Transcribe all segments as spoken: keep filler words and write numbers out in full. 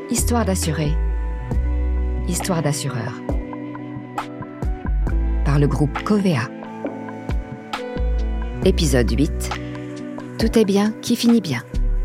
Histoire d'assurer. Histoire d'assureur. Par le groupe Covea. Épisode huit. Tout est bien qui finit bien.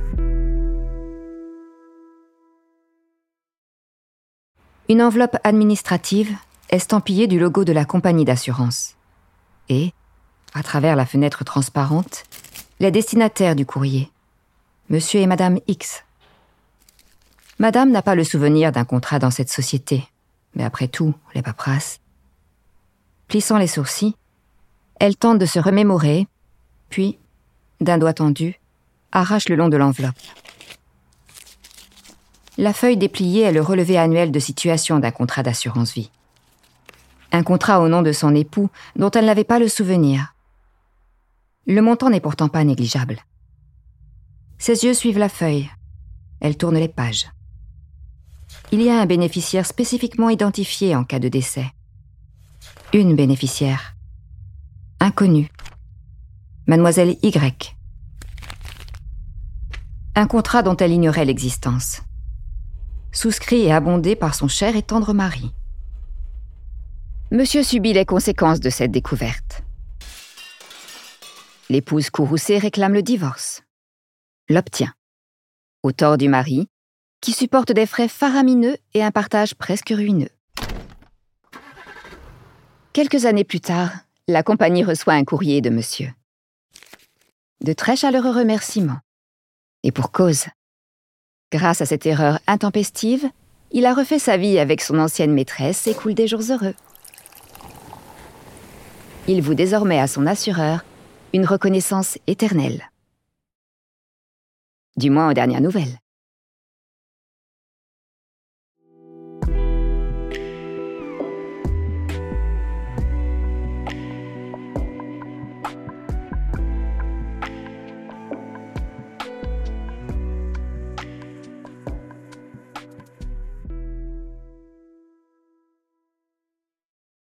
Une enveloppe administrative estampillée du logo de la compagnie d'assurance. Et, à travers la fenêtre transparente, les destinataires du courrier. Monsieur et Madame X. Madame n'a pas le souvenir d'un contrat dans cette société. Mais après tout, les paperasses. Plissant les sourcils, elle tente de se remémorer, puis, d'un doigt tendu, arrache le long de l'enveloppe. La feuille dépliée est le relevé annuel de situation d'un contrat d'assurance vie. Un contrat au nom de son époux dont elle n'avait pas le souvenir. Le montant n'est pourtant pas négligeable. Ses yeux suivent la feuille. Elle tourne les pages. Il y a un bénéficiaire spécifiquement identifié en cas de décès. Une bénéficiaire. Inconnue. Mademoiselle Y. Un contrat dont elle ignorait l'existence. Souscrit et abondé par son cher et tendre mari. Monsieur subit les conséquences de cette découverte. L'épouse courroucée réclame le divorce. L'obtient. Au tort du mari, qui supporte des frais faramineux et un partage presque ruineux. Quelques années plus tard, la compagnie reçoit un courrier de monsieur. De très chaleureux remerciements. Et pour cause. Grâce à cette erreur intempestive, il a refait sa vie avec son ancienne maîtresse et coule des jours heureux. Il voue désormais à son assureur une reconnaissance éternelle. Du moins aux dernières nouvelles.